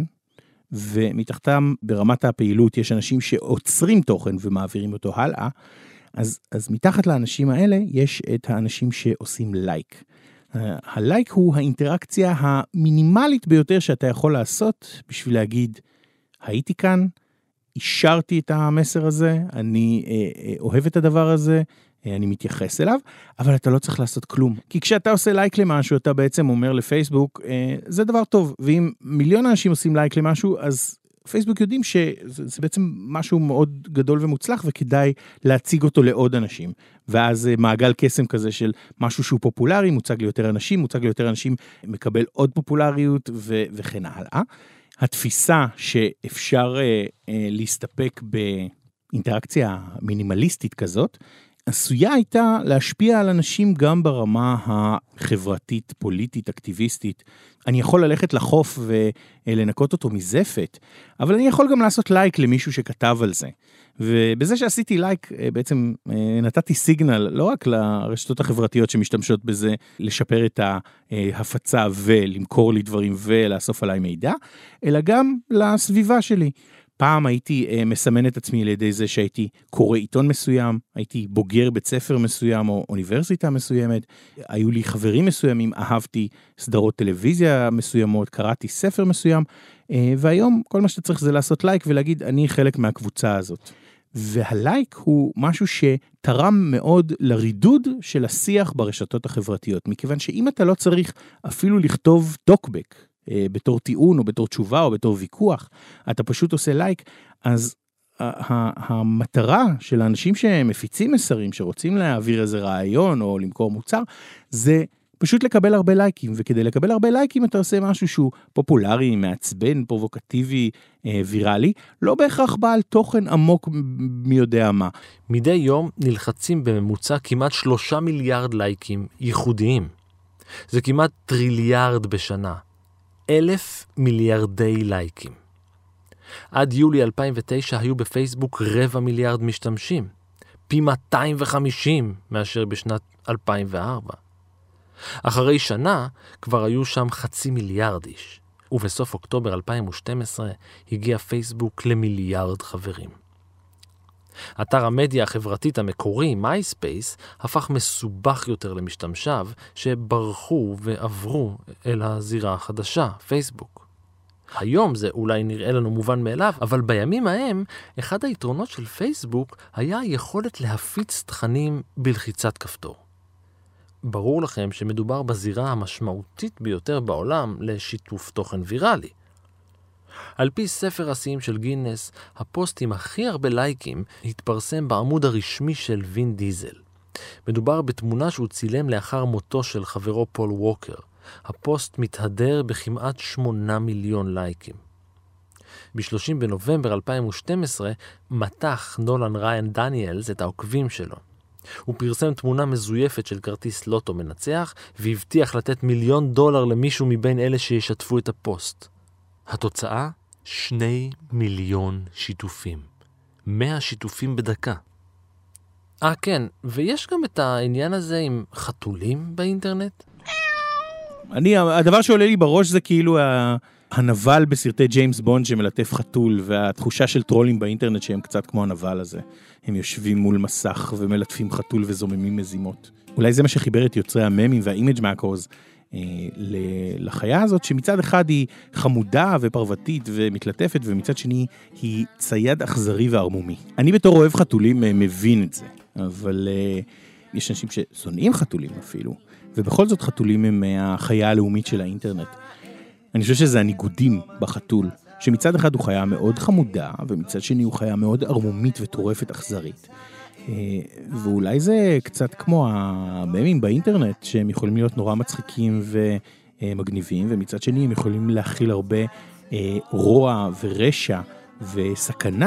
ומתחתם ברמת הפעילות יש אנשים שעוצרים תוכן ומעבירים אותו הלאה, אז, אז מתחת לאנשים האלה יש את האנשים שעושים לייק. הלייק הוא האינטראקציה המינימלית ביותר שאתה יכול לעשות בשביל להגיד, הייתי כאן, אישרתי את המסר הזה, אני אה, אוהב את הדבר הזה, אה, אני מתייחס אליו, אבל אתה לא צריך לעשות כלום. כי כשאתה עושה לייק למשהו, אתה בעצם אומר לפייסבוק, אה, זה דבר טוב, ואם מיליון אנשים עושים לייק למשהו, אז פייסבוק יודעים שזה בעצם משהו מאוד גדול ומוצלח, וכדאי להציג אותו לעוד אנשים. ואז מעגל קסם כזה של משהו שהוא פופולרי, מוצג ליותר אנשים, מוצג ליותר אנשים, מקבל עוד פופולריות ו- וכן הלאה. התפיסה שאפשר אה, אה, להסתפק באינטראקציה מינימליסטית כזאת, עשויה הייתה להשפיע על אנשים גם ברמה החברתית, פוליטית, אקטיביסטית. אני יכול ללכת לחוף ולנקות אותו מזפת, אבל אני יכול גם לעשות לייק למישהו שכתב על זה. ובזה שעשיתי לייק, בעצם נתתי סיגנל, לא רק לרשתות החברתיות שמשתמשות בזה, לשפר את ההפצה ולמכור לי דברים ולאסוף עליי מידע, אלא גם לסביבה שלי. פעם הייתי uh, מסמן את עצמי לידי זה שהייתי קורא עיתון מסוים, הייתי בוגר בית ספר מסוים או אוניברסיטה מסוימת, היו לי חברים מסוימים, אהבתי סדרות טלוויזיה מסוימות, קראתי ספר מסוים, uh, והיום כל מה שאתה צריך זה לעשות לייק ולהגיד אני חלק מהקבוצה הזאת. והלייק הוא משהו שתרם מאוד לרידוד של השיח ברשתות החברתיות, מכיוון שאם אתה לא צריך אפילו לכתוב טוקבק, בתור טיעון או בתור תשובה או בתור ויכוח, אתה פשוט עושה לייק, אז המטרה של האנשים שמפיצים מסרים, שרוצים להעביר איזה רעיון או למכור מוצר, זה פשוט לקבל הרבה לייקים, וכדי לקבל הרבה לייקים אתה עושה משהו שהוא פופולרי, מעצבן, פרובוקטיבי, ויראלי, לא בהכרח בעל תוכן עמוק מי יודע מה. מדי יום נלחצים בממוצע כמעט שלושה מיליארד לייקים ייחודיים. זה כמעט טריליארד בשנה. אלף מיליארדי לייקים. עד יולי אלפיים ותשע היו בפייסבוק רבע מיליארד משתמשים, פי מאתיים וחמישים מאשר בשנת אלפיים וארבע. אחרי שנה כבר היו שם חצי מיליארד איש, ובסוף אוקטובר אלפיים ושתים עשרה הגיע פייסבוק למיליארד חברים. אתר המדיה החברתית המקורי, MySpace, הפך מסובך יותר למשתמשיו שברחו ועברו אל הזירה החדשה, פייסבוק. היום זה אולי נראה לנו מובן מאליו, אבל בימים ההם, אחד היתרונות של פייסבוק היה היכולת להפיץ תכנים בלחיצת כפתור. ברור לכם שמדובר בזירה המשמעותית ביותר בעולם לשיתוף תוכן ויראלי. על פי ספר השיאים של גינס, הפוסט עם הכי הרבה לייקים התפרסם בעמוד הרשמי של וין דיזל. מדובר בתמונה שהוא צילם לאחר מותו של חברו פול ווקר. הפוסט מתהדר בכמעט שמונה מיליון לייקים. ב-שלושים בנובמבר אלפיים ושתים עשרה מתח נולן ריין דניאלס את העוקבים שלו. הוא פרסם תמונה מזויפת של כרטיס לוטו מנצח והבטיח לתת מיליון דולר למישהו מבין אלה שישתפו את הפוסט. התוצאה? שני מיליון שיתופים. מאה שיתופים בדקה. אה כן, ויש גם את העניין הזה עם חתולים באינטרנט? אני, הדבר שעולה לי בראש זה כאילו הנבל בסרטי ג'יימס בונד שמלטף חתול, והתחושה של טרולים באינטרנט שהם קצת כמו הנבל הזה. הם יושבים מול מסך ומלטפים חתול וזוממים מזימות. אולי זה מה שחיבר את יוצרי הממים והאימג' מאקרס אה, לחיה הזאת, שמצד אחד היא חמודה ופרוותית ומתלטפת, ומצד שני היא צייד אכזרי וערמומי. אני בתור אוהב חתולים מבין את זה, אבל אה, יש אנשים ששונאים חתולים אפילו, ובכל זאת חתולים הם החיה הלאומית של האינטרנט. אני חושב שזה הניגודים בחתול, שמצד אחד הוא חיה מאוד חמודה, ומצד שני הוא חיה מאוד ערמומית וטורפת אכזרית. ואולי זה קצת כמו הממים באינטרנט, שהם יכולים להיות נורא מצחיקים ומגניבים, ומצד שני הם יכולים להכיל הרבה רוע ורשע וסכנה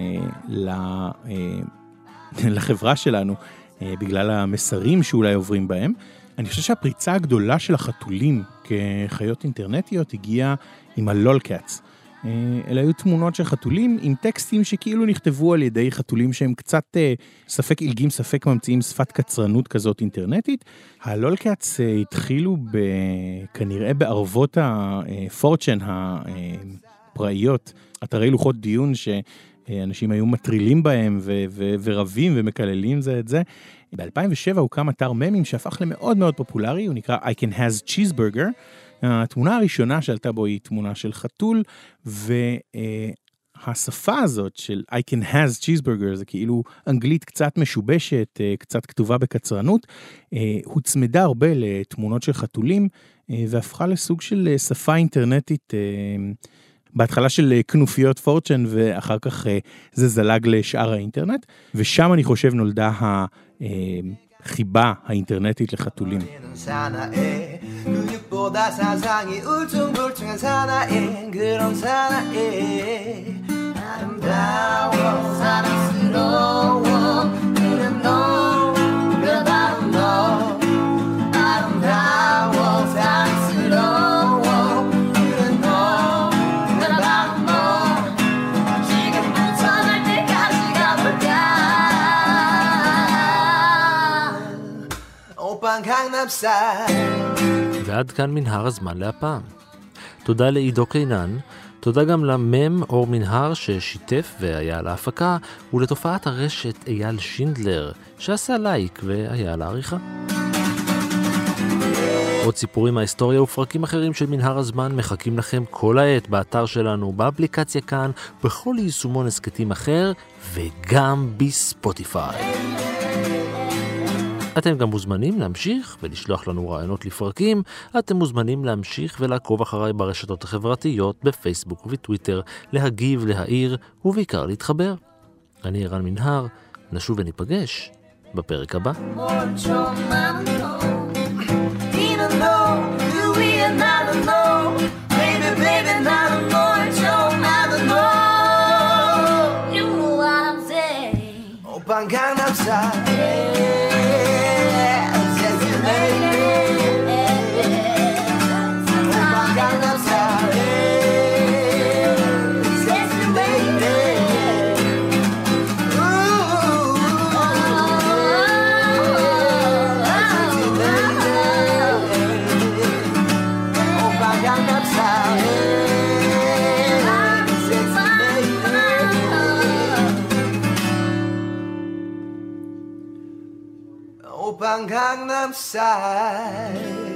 לחברה שלנו, בגלל המסרים שאולי עוברים בהם. אני חושב שהפריצה הגדולה של החתולים כחיות אינטרנטיות הגיעה עם הלולקאטס. אלה היו תמונות של חתולים עם טקסטים שכאילו נכתבו על ידי חתולים שהם קצת ספק אילגים, ספק ממציאים שפת קצרנות כזאת אינטרנטית. הלולקאטס התחילו כנראה בערבות הפורצ'ן הפראיות, אתרי לוחות דיון שאנשים היו מטרילים בהם ו- ו- ורבים ומקללים זה את זה. ב-אלפיים ושבע הוקם אתר ממים שהפך למאוד מאוד פופולרי, הוא נקרא I Can Has Cheeseburger. התמונה הראשונה שעלתה בו היא תמונה של חתול, והשפה הזאת של I Can Has Cheeseburger, זה כאילו אנגלית קצת משובשת, קצת כתובה בקצרנות, הוצמדה הרבה לתמונות של חתולים, והפכה לסוג של שפה אינטרנטית, בהתחלה של כנופיות פורצ'ן, ואחר כך זה זלג לשאר האינטרנט, ושם אני חושב נולדה החיבה האינטרנטית לחתולים. ועד כאן מנהר הזמן להפעם. תודה לעידו קינן, תודה גם למם אור מנהר ששיתף והיה על ההפקה, ולתופעת הרשת אייל שינדלר שעשה לייק והיה על העריכה. עוד סיפורים מההיסטוריה ופרקים אחרים של מנהר הזמן מחכים לכם כל העת באתר שלנו, באפליקציה כאן, בכל יישומון הסקטים אחר וגם בספוטיפיי. אתם גם מוזמנים להמשיך ולשלוח לנו רעיונות לפרקים. אתם מוזמנים להמשיך ולעקוב אחריי ברשתות החברתיות, בפייסבוק ובטוויטר, להגיב, להעיר ובעיקר להתחבר. אני ערן מנהר, נשוב וניפגש בפרק הבא. Opang Gangnam Style.